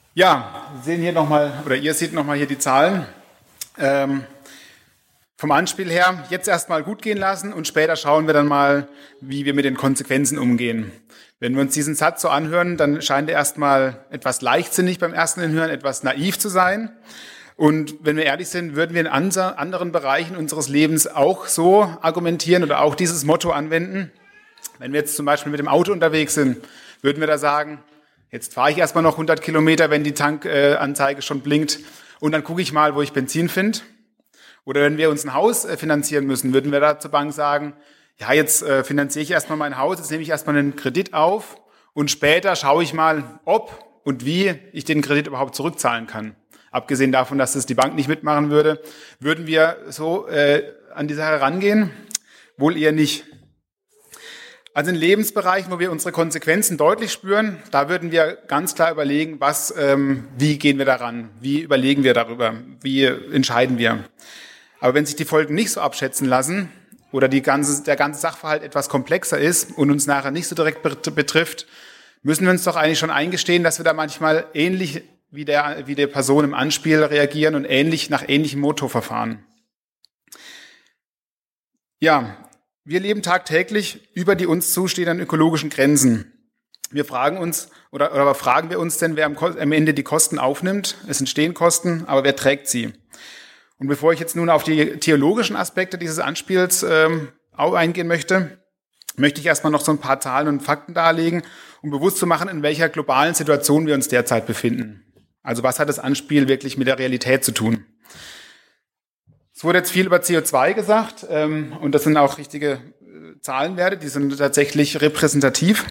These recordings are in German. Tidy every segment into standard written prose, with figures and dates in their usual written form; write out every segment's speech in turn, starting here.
Ja, wir sehen hier nochmal, oder ihr seht nochmal hier die Zahlen. Vom Anspiel her, jetzt erstmal gut gehen lassen und später schauen wir dann mal, wie wir mit den Konsequenzen umgehen. Wenn wir uns diesen Satz so anhören, dann scheint er erstmal etwas leichtsinnig beim ersten Hinhören, etwas naiv zu sein. Und wenn wir ehrlich sind, würden wir in anderen Bereichen unseres Lebens auch so argumentieren oder auch dieses Motto anwenden. Wenn wir jetzt zum Beispiel mit dem Auto unterwegs sind, würden wir da sagen, jetzt fahre ich erstmal noch 100 Kilometer, wenn die Tankanzeige schon blinkt und dann gucke ich mal, wo ich Benzin finde. Oder wenn wir uns ein Haus finanzieren müssen, würden wir da zur Bank sagen, ja, jetzt finanziere ich erstmal mein Haus, jetzt nehme ich erstmal einen Kredit auf und später schaue ich mal, ob und wie ich den Kredit überhaupt zurückzahlen kann. Abgesehen davon, dass das die Bank nicht mitmachen würde, würden wir so an die Sache rangehen? Wohl eher nicht. Also in Lebensbereichen, wo wir unsere Konsequenzen deutlich spüren, da würden wir ganz klar überlegen, wie gehen wir daran, wie überlegen wir darüber, wie entscheiden wir. Aber wenn sich die Folgen nicht so abschätzen lassen oder der ganze Sachverhalt etwas komplexer ist und uns nachher nicht so direkt betrifft, müssen wir uns doch eigentlich schon eingestehen, dass wir da manchmal ähnlich wie der Person im Anspiel reagieren und nach ähnlichem Motto verfahren. Ja, wir leben tagtäglich über die uns zustehenden ökologischen Grenzen. Wir fragen uns, oder fragen wir uns denn, wer am Ende die Kosten aufnimmt? Es entstehen Kosten, aber wer trägt sie? Und bevor ich jetzt nun auf die theologischen Aspekte dieses Anspiels auch eingehen möchte ich erstmal noch so ein paar Zahlen und Fakten darlegen, um bewusst zu machen, in welcher globalen Situation wir uns derzeit befinden. Also was hat das Anspiel wirklich mit der Realität zu tun? Es wurde jetzt viel über CO2 gesagt und das sind auch richtige Zahlenwerte, die sind tatsächlich repräsentativ.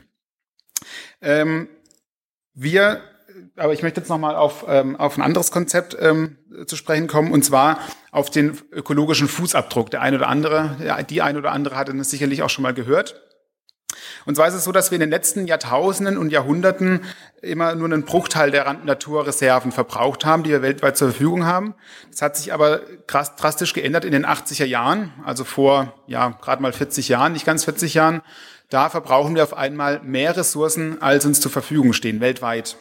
Aber ich möchte jetzt nochmal auf ein anderes Konzept zu sprechen kommen, und zwar auf den ökologischen Fußabdruck. Die ein oder andere hat das sicherlich auch schon mal gehört. Und zwar ist es so, dass wir in den letzten Jahrtausenden und Jahrhunderten immer nur einen Bruchteil der Naturreserven verbraucht haben, die wir weltweit zur Verfügung haben. Das hat sich aber drastisch geändert in den 80er Jahren, also vor gerade mal 40 Jahren, nicht ganz 40 Jahren. Da verbrauchen wir auf einmal mehr Ressourcen, als uns zur Verfügung stehen, weltweit.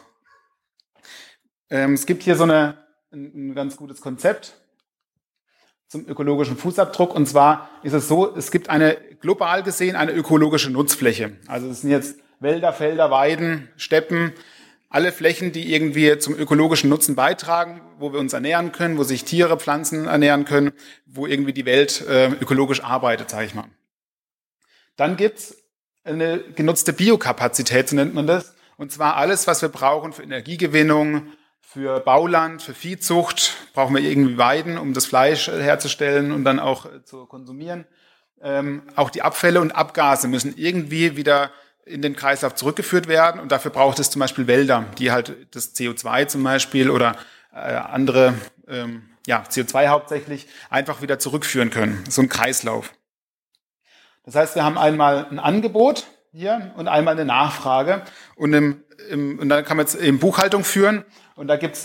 Es gibt hier so ein ganz gutes Konzept zum ökologischen Fußabdruck. Und zwar ist es so, es gibt global gesehen eine ökologische Nutzfläche. Also es sind jetzt Wälder, Felder, Weiden, Steppen, alle Flächen, die irgendwie zum ökologischen Nutzen beitragen, wo wir uns ernähren können, wo sich Tiere, Pflanzen ernähren können, wo irgendwie die Welt ökologisch arbeitet, sage ich mal. Dann gibt's eine genutzte Biokapazität, so nennt man das. Und zwar alles, was wir brauchen für Energiegewinnung, für Bauland, für Viehzucht, brauchen wir irgendwie Weiden, um das Fleisch herzustellen und dann auch zu konsumieren. Auch die Abfälle und Abgase müssen irgendwie wieder in den Kreislauf zurückgeführt werden. Und dafür braucht es zum Beispiel Wälder, die halt das CO2 zum Beispiel oder andere, CO2 hauptsächlich, einfach wieder zurückführen können. So ein Kreislauf. Das heißt, wir haben einmal ein Angebot hier und einmal eine Nachfrage. Und dann kann man jetzt eben Buchhaltung führen. Und da gibt's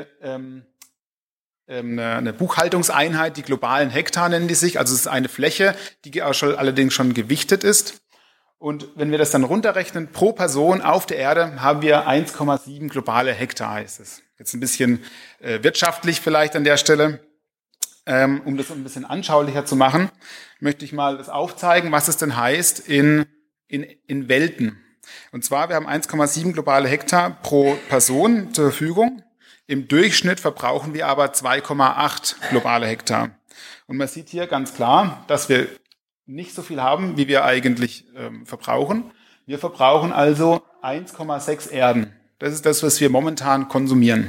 eine Buchhaltungseinheit, die globalen Hektar nennen die sich. Also es ist eine Fläche, die auch allerdings schon gewichtet ist. Und wenn wir das dann runterrechnen, pro Person auf der Erde haben wir 1,7 globale Hektar, heißt es. Jetzt ein bisschen wirtschaftlich vielleicht an der Stelle. Um das ein bisschen anschaulicher zu machen, möchte ich mal das aufzeigen, was es denn heißt in Welten. Und zwar, wir haben 1,7 globale Hektar pro Person zur Verfügung. Im Durchschnitt verbrauchen wir aber 2,8 globale Hektar. Und man sieht hier ganz klar, dass wir nicht so viel haben, wie wir eigentlich verbrauchen. Wir verbrauchen also 1,6 Erden. Das ist das, was wir momentan konsumieren.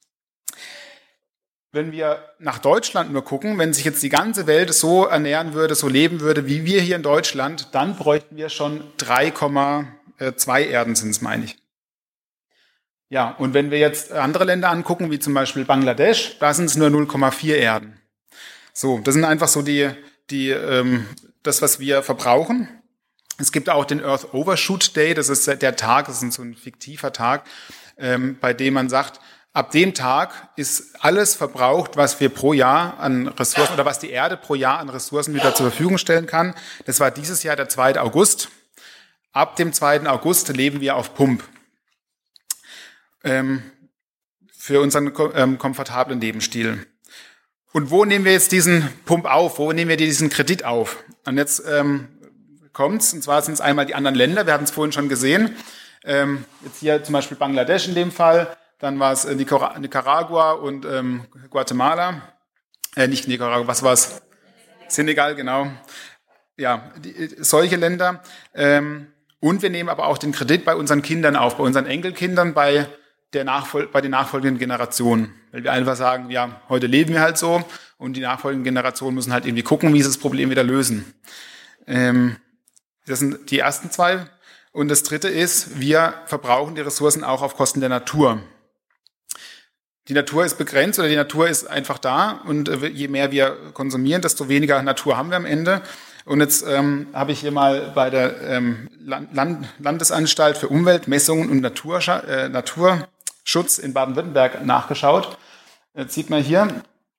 Wenn wir nach Deutschland nur gucken, wenn sich jetzt die ganze Welt so ernähren würde, so leben würde, wie wir hier in Deutschland, dann bräuchten wir schon 3,2 Erden sind es, meine ich. Ja, und wenn wir jetzt andere Länder angucken, wie zum Beispiel Bangladesch, da sind es nur 0,4 Erden. So, das sind einfach so das, was wir verbrauchen. Es gibt auch den Earth Overshoot Day, das ist der Tag, das ist so ein fiktiver Tag, bei dem man sagt, ab dem Tag ist alles verbraucht, was wir pro Jahr an Ressourcen oder was die Erde pro Jahr an Ressourcen wieder zur Verfügung stellen kann. Das war dieses Jahr der 2. August. Ab dem 2. August leben wir auf Pump. für unseren komfortablen Lebensstil. Und wo nehmen wir jetzt diesen Pump auf? Wo nehmen wir diesen Kredit auf? Und jetzt kommt's, und zwar sind es einmal die anderen Länder, wir hatten es vorhin schon gesehen. Jetzt hier zum Beispiel Bangladesch in dem Fall, dann war es Nicaragua und Guatemala. Nicht Nicaragua, was war es? Senegal, genau. Ja, solche Länder. Und wir nehmen aber auch den Kredit bei unseren Kindern auf, bei unseren Enkelkindern, bei den nachfolgenden Generationen. Weil wir einfach sagen, ja, heute leben wir halt so und die nachfolgenden Generationen müssen halt irgendwie gucken, wie sie das Problem wieder lösen. Das sind die ersten zwei. Und das dritte ist, wir verbrauchen die Ressourcen auch auf Kosten der Natur. Die Natur ist begrenzt oder die Natur ist einfach da und je mehr wir konsumieren, desto weniger Natur haben wir am Ende. Und jetzt habe ich hier mal bei der Landesanstalt für Umweltmessungen und Naturschutz in Baden-Württemberg nachgeschaut. Jetzt sieht man hier,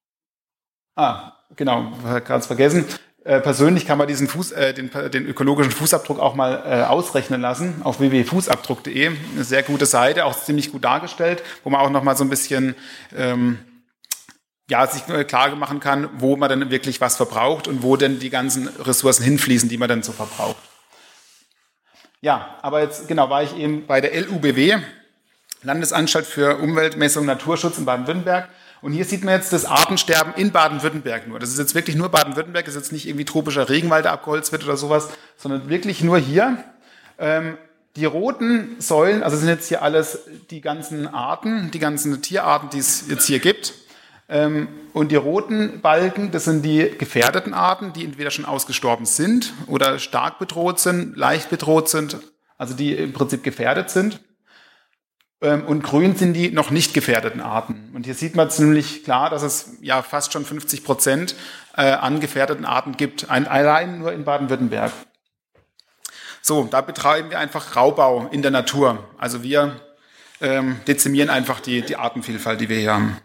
genau, ganz vergessen, persönlich kann man diesen den ökologischen Fußabdruck auch mal ausrechnen lassen auf www.fußabdruck.de. Eine sehr gute Seite, auch ziemlich gut dargestellt, wo man auch noch mal so ein bisschen sich klar machen kann, wo man dann wirklich was verbraucht und wo denn die ganzen Ressourcen hinfließen, die man dann so verbraucht. Ja, aber jetzt genau war ich eben bei der LUBW, Landesanstalt für Umweltmessung und Naturschutz in Baden-Württemberg. Und hier sieht man jetzt das Artensterben in Baden-Württemberg nur. Das ist jetzt wirklich nur Baden-Württemberg, das ist jetzt nicht irgendwie tropischer Regenwald, der abgeholzt wird oder sowas, sondern wirklich nur hier. Die roten Säulen, also sind jetzt hier alles die ganzen Arten, die ganzen Tierarten, die es jetzt hier gibt. Und die roten Balken, das sind die gefährdeten Arten, die entweder schon ausgestorben sind oder stark bedroht sind, leicht bedroht sind, also die im Prinzip gefährdet sind. Und grün sind die noch nicht gefährdeten Arten. Und hier sieht man ziemlich klar, dass es ja fast schon 50% an gefährdeten Arten gibt, allein nur in Baden-Württemberg. So, da betreiben wir einfach Raubbau in der Natur. Also wir dezimieren einfach die Artenvielfalt, die wir hier haben.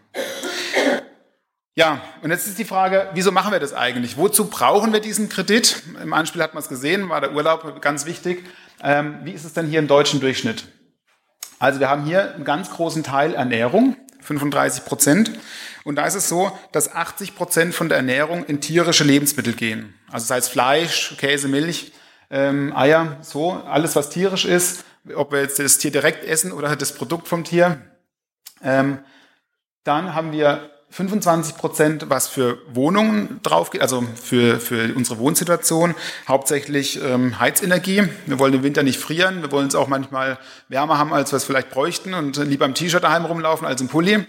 Ja, und jetzt ist die Frage, wieso machen wir das eigentlich? Wozu brauchen wir diesen Kredit? Im Anspiel hat man es gesehen, war der Urlaub ganz wichtig. Wie ist es denn hier im deutschen Durchschnitt? Also wir haben hier einen ganz großen Teil Ernährung, 35%. Und da ist es so, dass 80% von der Ernährung in tierische Lebensmittel gehen. Also das heißt Fleisch, Käse, Milch, Eier, so, alles was tierisch ist, ob wir jetzt das Tier direkt essen oder das Produkt vom Tier. Dann haben wir 25%, was für Wohnungen drauf geht, also für unsere Wohnsituation, hauptsächlich Heizenergie. Wir wollen im Winter nicht frieren, wir wollen es auch manchmal wärmer haben, als wir es vielleicht bräuchten und lieber im T-Shirt daheim rumlaufen als im Pulli.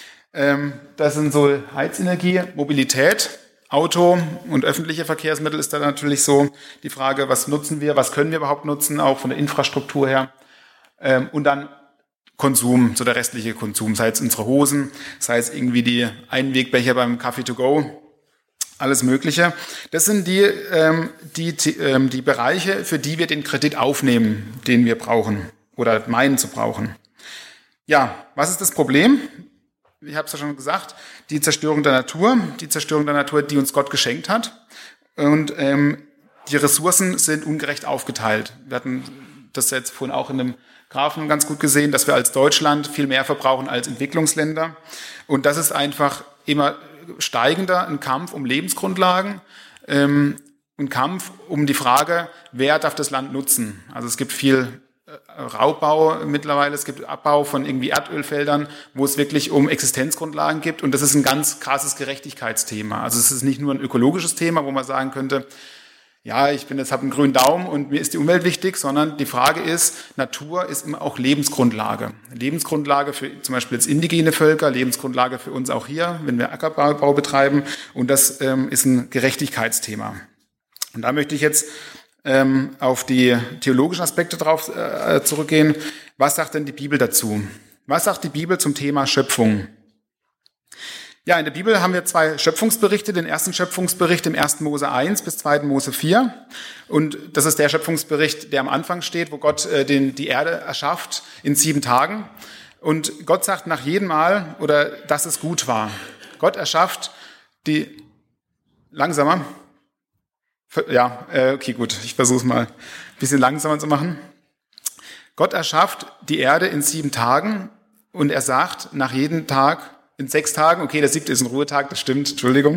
Das sind so Heizenergie, Mobilität, Auto und öffentliche Verkehrsmittel ist da natürlich so die Frage, was nutzen wir, was können wir überhaupt nutzen, auch von der Infrastruktur her. Und dann Konsum, so der restliche Konsum, sei es unsere Hosen, sei es irgendwie die Einwegbecher beim Coffee to go, alles Mögliche. Das sind die Bereiche, für die wir den Kredit aufnehmen, den wir brauchen oder meinen zu brauchen. Ja, was ist das Problem? Ich habe es ja schon gesagt, die Zerstörung der Natur, die uns Gott geschenkt hat. Und die Ressourcen sind ungerecht aufgeteilt. Wir hatten das jetzt vorhin auch in dem Graphen ganz gut gesehen, dass wir als Deutschland viel mehr verbrauchen als Entwicklungsländer. Und das ist einfach immer steigender, ein Kampf um Lebensgrundlagen, ein Kampf um die Frage, wer darf das Land nutzen. Also es gibt viel Raubbau mittlerweile, es gibt Abbau von irgendwie Erdölfeldern, wo es wirklich um Existenzgrundlagen geht. Und das ist ein ganz krasses Gerechtigkeitsthema. Also es ist nicht nur ein ökologisches Thema, wo man sagen könnte, ja, habe einen grünen Daumen und mir ist die Umwelt wichtig, sondern die Frage ist, Natur ist immer auch Lebensgrundlage. Lebensgrundlage für zum Beispiel jetzt indigene Völker, Lebensgrundlage für uns auch hier, wenn wir Ackerbau betreiben. Und das ist ein Gerechtigkeitsthema. Und da möchte ich jetzt auf die theologischen Aspekte drauf zurückgehen. Was sagt denn die Bibel dazu? Was sagt die Bibel zum Thema Schöpfung? Ja, in der Bibel haben wir 2 Schöpfungsberichte. Den ersten Schöpfungsbericht im 1. Mose 1 bis 2. Mose 4. Und das ist der Schöpfungsbericht, der am Anfang steht, wo Gott die Erde erschafft in 7 Tagen. Und Gott sagt nach jedem Mal, oder dass es gut war. Gott erschafft die... Langsamer? Ja, okay, gut. Ich versuche es mal ein bisschen langsamer zu machen. Gott erschafft die Erde in 7 Tagen und er sagt nach jedem Tag, in 6 Tagen, okay, der 7. ist ein Ruhetag, das stimmt, Entschuldigung,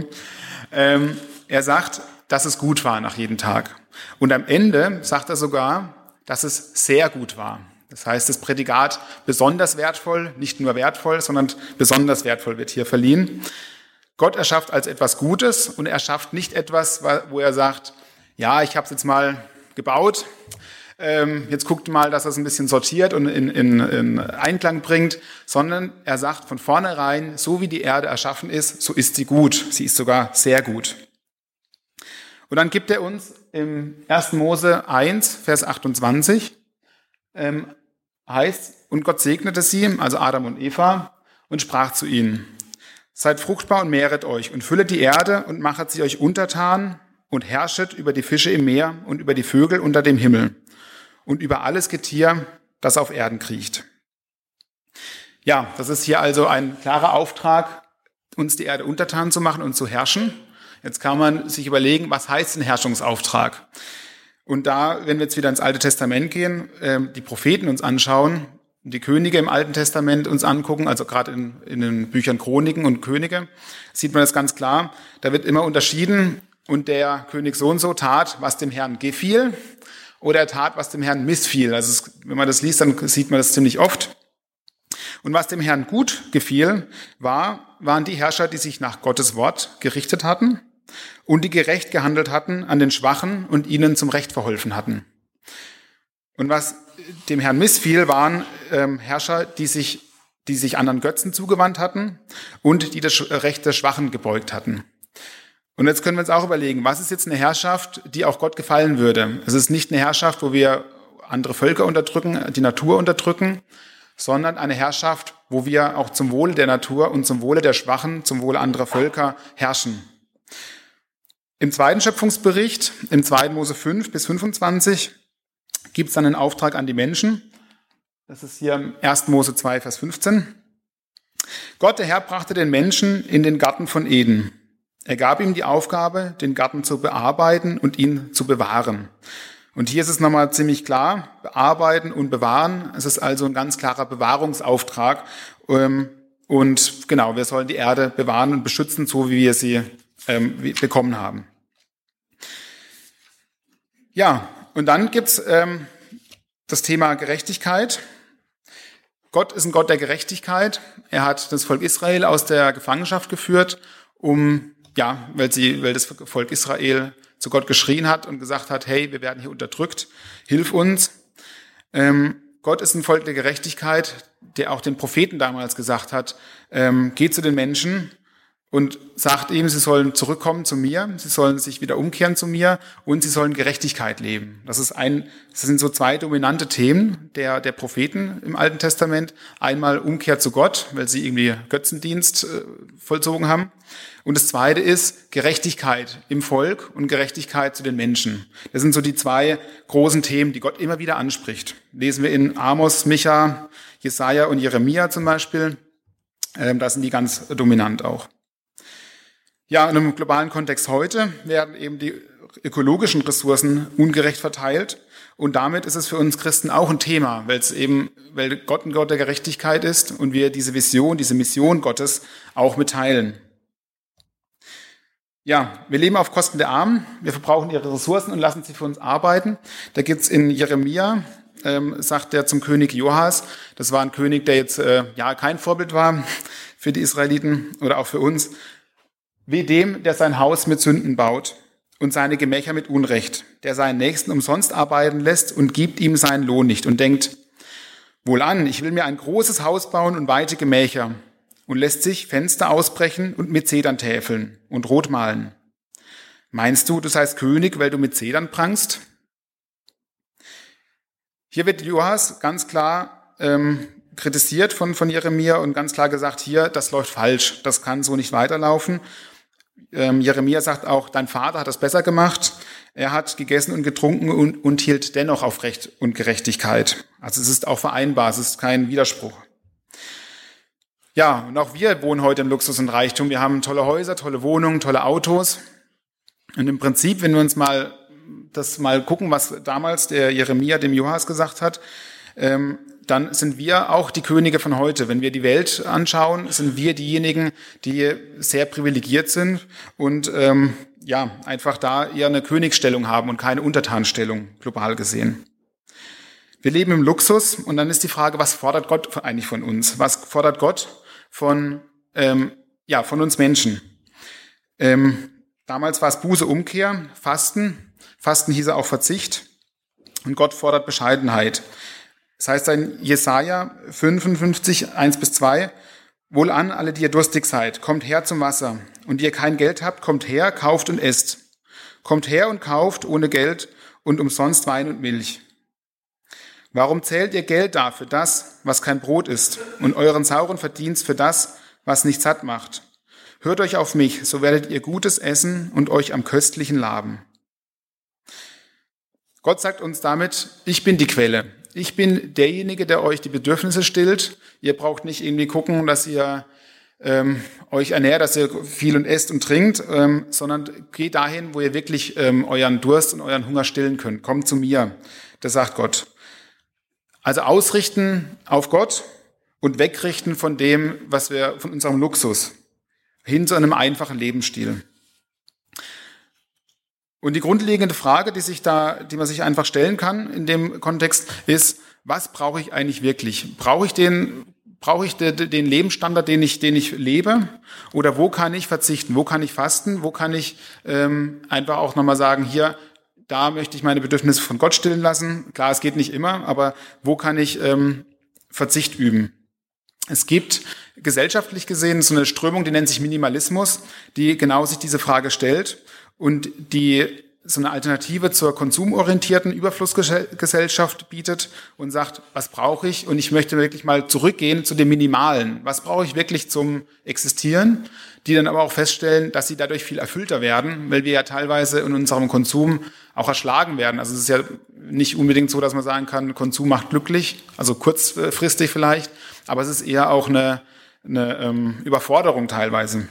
er sagt, dass es gut war nach jedem Tag. Und am Ende sagt er sogar, dass es sehr gut war. Das heißt, das Prädikat besonders wertvoll, nicht nur wertvoll, sondern besonders wertvoll wird hier verliehen. Gott erschafft als etwas Gutes und er erschafft nicht etwas, wo er sagt, ja, ich habe es jetzt mal gebaut, jetzt guckt mal, dass er es ein bisschen sortiert und in Einklang bringt, sondern er sagt von vornherein, so wie die Erde erschaffen ist, so ist sie gut. Sie ist sogar sehr gut. Und dann gibt er uns im 1. Mose 1, Vers 28, heißt, und Gott segnete sie, also Adam und Eva, und sprach zu ihnen, seid fruchtbar und mehret euch und füllet die Erde und machet sie euch untertan und herrschet über die Fische im Meer und über die Vögel unter dem Himmel und über alles Getier, das auf Erden kriecht. Ja, das ist hier also ein klarer Auftrag, uns die Erde untertan zu machen und zu herrschen. Jetzt kann man sich überlegen, was heißt ein Herrschungsauftrag? Und da, wenn wir jetzt wieder ins Alte Testament gehen, die Propheten uns anschauen, die Könige im Alten Testament uns angucken, also gerade in den Büchern Chroniken und Könige, sieht man das ganz klar. Da wird immer unterschieden, und der König so und so tat, was dem Herrn gefiel, oder er tat, was dem Herrn missfiel. Also wenn man das liest, dann sieht man das ziemlich oft. Und was dem Herrn gut gefiel, waren die Herrscher, die sich nach Gottes Wort gerichtet hatten und die gerecht gehandelt hatten an den Schwachen und ihnen zum Recht verholfen hatten. Und was dem Herrn missfiel, waren Herrscher, die sich anderen Götzen zugewandt hatten und die das Recht der Schwachen gebeugt hatten. Und jetzt können wir uns auch überlegen, was ist jetzt eine Herrschaft, die auch Gott gefallen würde? Es ist nicht eine Herrschaft, wo wir andere Völker unterdrücken, die Natur unterdrücken, sondern eine Herrschaft, wo wir auch zum Wohle der Natur und zum Wohle der Schwachen, zum Wohle anderer Völker herrschen. Im 2. Schöpfungsbericht, im 2. Mose 5 bis 25, gibt es dann einen Auftrag an die Menschen. Das ist hier im 1. Mose 2, Vers 15. Gott, der Herr, brachte den Menschen in den Garten von Eden. Er gab ihm die Aufgabe, den Garten zu bearbeiten und ihn zu bewahren. Und hier ist es nochmal ziemlich klar, bearbeiten und bewahren. Es ist also ein ganz klarer Bewahrungsauftrag. Und genau, wir sollen die Erde bewahren und beschützen, so wie wir sie bekommen haben. Ja, und dann gibt's das Thema Gerechtigkeit. Gott ist ein Gott der Gerechtigkeit. Er hat das Volk Israel aus der Gefangenschaft geführt, weil das Volk Israel zu Gott geschrien hat und gesagt hat, hey, wir werden hier unterdrückt, hilf uns. Gott ist ein Volk der Gerechtigkeit, der auch den Propheten damals gesagt hat, geht zu den Menschen und sagt ihm, sie sollen zurückkommen zu mir, sie sollen sich wieder umkehren zu mir und sie sollen Gerechtigkeit leben. Das sind so 2 dominante Themen der Propheten im Alten Testament. Einmal Umkehr zu Gott, weil sie irgendwie Götzendienst vollzogen haben. Und das zweite ist Gerechtigkeit im Volk und Gerechtigkeit zu den Menschen. Das sind so die 2 großen Themen, die Gott immer wieder anspricht. Lesen wir in Amos, Micha, Jesaja und Jeremia zum Beispiel. Da sind die ganz dominant auch. Ja, in einem globalen Kontext heute werden eben die ökologischen Ressourcen ungerecht verteilt. Und damit ist es für uns Christen auch ein Thema, weil Gott ein Gott der Gerechtigkeit ist und wir diese Mission Gottes auch mitteilen. Ja, wir leben auf Kosten der Armen, wir verbrauchen ihre Ressourcen und lassen sie für uns arbeiten. Da gibt's in Jeremia, sagt er zum König Joas, das war ein König, der jetzt kein Vorbild war für die Israeliten oder auch für uns, wie dem, der sein Haus mit Sünden baut und seine Gemächer mit Unrecht, der seinen Nächsten umsonst arbeiten lässt und gibt ihm seinen Lohn nicht und denkt, wohlan, ich will mir ein großes Haus bauen und weite Gemächer, und lässt sich Fenster ausbrechen und mit Zedern täfeln und rot malen. Meinst du, du seist König, weil du mit Zedern prangst? Hier wird Joas ganz klar kritisiert von Jeremia und ganz klar gesagt, hier, das läuft falsch, das kann so nicht weiterlaufen. Jeremia sagt auch, dein Vater hat das besser gemacht. Er hat gegessen und getrunken und hielt dennoch auf Recht und Gerechtigkeit. Also es ist auch vereinbar, es ist kein Widerspruch. Ja, und auch wir wohnen heute im Luxus und Reichtum. Wir haben tolle Häuser, tolle Wohnungen, tolle Autos. Und im Prinzip, wenn wir uns mal gucken, was damals der Jeremia dem Joas gesagt hat, dann sind wir auch die Könige von heute. Wenn wir die Welt anschauen, sind wir diejenigen, die sehr privilegiert sind und einfach da eher eine Königsstellung haben und keine Untertanstellung, global gesehen. Wir leben im Luxus und dann ist die Frage, was fordert Gott eigentlich von uns? Was fordert Gott von uns Menschen? Damals war es Buße, Umkehr, Fasten. Fasten hieße auch Verzicht. Und Gott fordert Bescheidenheit. Das heißt in Jesaja 55, 1-2, Wohlan alle, die ihr durstig seid, kommt her zum Wasser. Und die ihr kein Geld habt, kommt her, kauft und esst. Kommt her und kauft ohne Geld und umsonst Wein und Milch. Warum zählt ihr Geld da für das, was kein Brot ist, und euren sauren Verdienst für das, was nicht satt macht? Hört euch auf mich, so werdet ihr Gutes essen und euch am Köstlichen laben. Gott sagt uns damit, ich bin die Quelle. Ich bin derjenige, der euch die Bedürfnisse stillt. Ihr braucht nicht irgendwie gucken, dass ihr euch ernährt, dass ihr viel und esst und trinkt, sondern geht dahin, wo ihr wirklich euren Durst und euren Hunger stillen könnt. Kommt zu mir, das sagt Gott. Also ausrichten auf Gott und wegrichten von von unserem Luxus, hin zu einem einfachen Lebensstil. Und die grundlegende Frage, die man sich einfach stellen kann in dem Kontext, ist, was brauche ich eigentlich wirklich? Brauche ich den Lebensstandard, den ich lebe? Oder wo kann ich verzichten? Wo kann ich fasten? Wo kann ich einfach auch nochmal sagen, da möchte ich meine Bedürfnisse von Gott stillen lassen. Klar, es geht nicht immer, aber wo kann ich Verzicht üben? Es gibt gesellschaftlich gesehen so eine Strömung, die nennt sich Minimalismus, die genau sich diese Frage stellt und die so eine Alternative zur konsumorientierten Überflussgesellschaft bietet und sagt, was brauche ich? Und ich möchte wirklich mal zurückgehen zu dem Minimalen. Was brauche ich wirklich zum Existieren? Die dann aber auch feststellen, dass sie dadurch viel erfüllter werden, weil wir ja teilweise in unserem Konsum auch erschlagen werden. Also es ist ja nicht unbedingt so, dass man sagen kann, Konsum macht glücklich, also kurzfristig vielleicht, aber es ist eher auch eine Überforderung teilweise.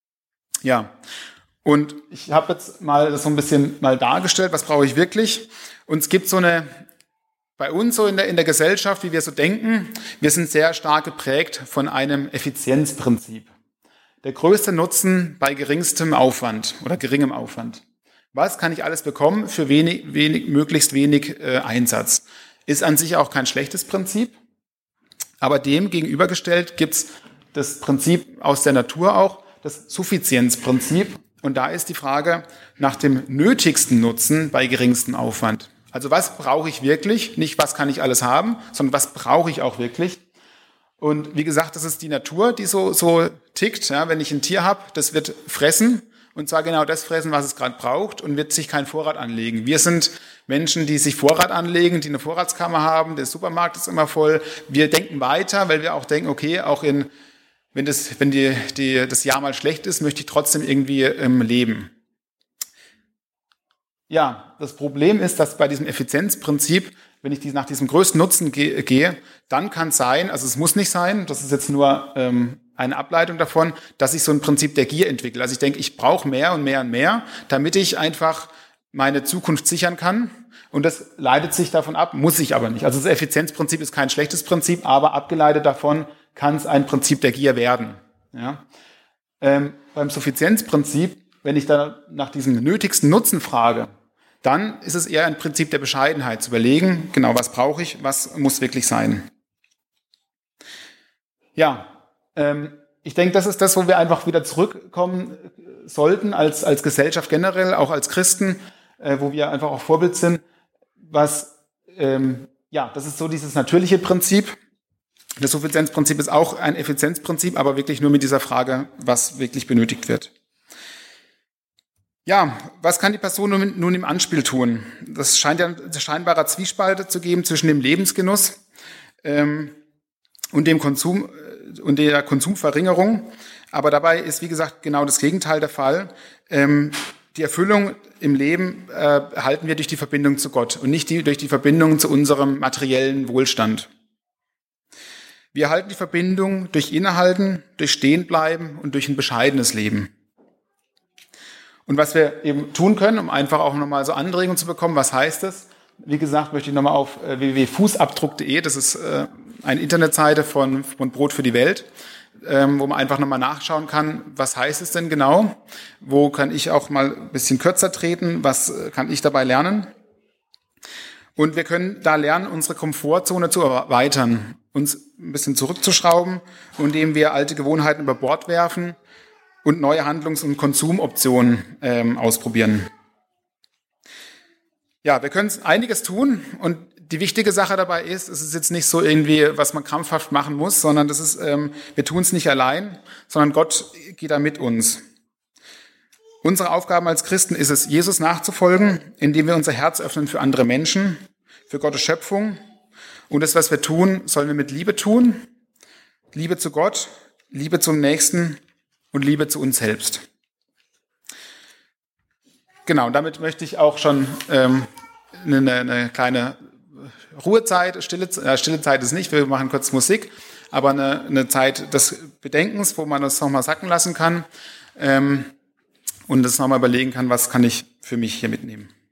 Ja. Und ich habe jetzt mal das so ein bisschen mal dargestellt, was brauche ich wirklich? Und es gibt bei uns so in der Gesellschaft, wie wir so denken, wir sind sehr stark geprägt von einem Effizienzprinzip. Der größte Nutzen bei geringstem Aufwand oder geringem Aufwand. Was kann ich alles bekommen für möglichst wenig Einsatz? Ist an sich auch kein schlechtes Prinzip, aber dem gegenübergestellt gibt's das Prinzip aus der Natur auch, das Suffizienzprinzip. Und da ist die Frage nach dem nötigsten Nutzen bei geringstem Aufwand. Also was brauche ich wirklich? Nicht, was kann ich alles haben, sondern was brauche ich auch wirklich? Und wie gesagt, das ist die Natur, die so tickt. Ja, wenn ich ein Tier habe, das wird fressen und zwar genau das fressen, was es gerade braucht und wird sich keinen Vorrat anlegen. Wir sind Menschen, die sich Vorrat anlegen, die eine Vorratskammer haben, der Supermarkt ist immer voll. Wir denken weiter, weil wir auch denken, okay, auch wenn das Jahr mal schlecht ist, möchte ich trotzdem irgendwie leben. Ja, das Problem ist, dass bei diesem Effizienzprinzip, wenn ich nach diesem größten Nutzen gehe, dann kann es sein, also es muss nicht sein, das ist jetzt nur eine Ableitung davon, dass ich so ein Prinzip der Gier entwickle. Also ich denke, ich brauche mehr und mehr und mehr, damit ich einfach meine Zukunft sichern kann. Und das leitet sich davon ab, muss ich aber nicht. Also das Effizienzprinzip ist kein schlechtes Prinzip, aber abgeleitet davon kann es ein Prinzip der Gier werden. Ja? Beim Suffizienzprinzip, wenn ich da nach diesem nötigsten Nutzen frage, dann ist es eher ein Prinzip der Bescheidenheit, zu überlegen, genau, was brauche ich, was muss wirklich sein. Ja, ich denke, das ist das, wo wir einfach wieder zurückkommen sollten, als Gesellschaft generell, auch als Christen, wo wir einfach auch Vorbild sind. Das ist so dieses natürliche Prinzip. Das Suffizienzprinzip ist auch ein Effizienzprinzip, aber wirklich nur mit dieser Frage, was wirklich benötigt wird. Ja, was kann die Person nun im Anspiel tun? Das scheint ja ein scheinbarer Zwiespalt zu geben zwischen dem Lebensgenuss und dem Konsum und der Konsumverringerung. Aber dabei ist, wie gesagt, genau das Gegenteil der Fall. Die Erfüllung im Leben erhalten wir durch die Verbindung zu Gott und nicht durch die Verbindung zu unserem materiellen Wohlstand. Wir erhalten die Verbindung durch Innehalten, durch Stehenbleiben und durch ein bescheidenes Leben. Und was wir eben tun können, um einfach auch nochmal so Anregungen zu bekommen, was heißt das? Wie gesagt, möchte ich nochmal auf www.fußabdruck.de, das ist eine Internetseite von Brot für die Welt, wo man einfach nochmal nachschauen kann, was heißt es denn genau? Wo kann ich auch mal ein bisschen kürzer treten? Was kann ich dabei lernen? Und wir können da lernen, unsere Komfortzone zu erweitern, uns ein bisschen zurückzuschrauben, indem wir alte Gewohnheiten über Bord werfen und neue Handlungs- und Konsumoptionen ausprobieren. Ja, wir können einiges tun und die wichtige Sache dabei ist, es ist jetzt nicht so irgendwie, was man krampfhaft machen muss, sondern das ist, wir tun es nicht allein, sondern Gott geht da mit uns. Unsere Aufgabe als Christen ist es, Jesus nachzufolgen, indem wir unser Herz öffnen für andere Menschen, für Gottes Schöpfung. Und das, was wir tun, sollen wir mit Liebe tun. Liebe zu Gott, Liebe zum Nächsten und Liebe zu uns selbst. Genau, und damit möchte ich auch schon eine kleine Ruhezeit, stille Zeit ist nicht, wir machen kurz Musik, aber eine Zeit des Bedenkens, wo man das nochmal sacken lassen kann und das nochmal überlegen kann, was kann ich für mich hier mitnehmen.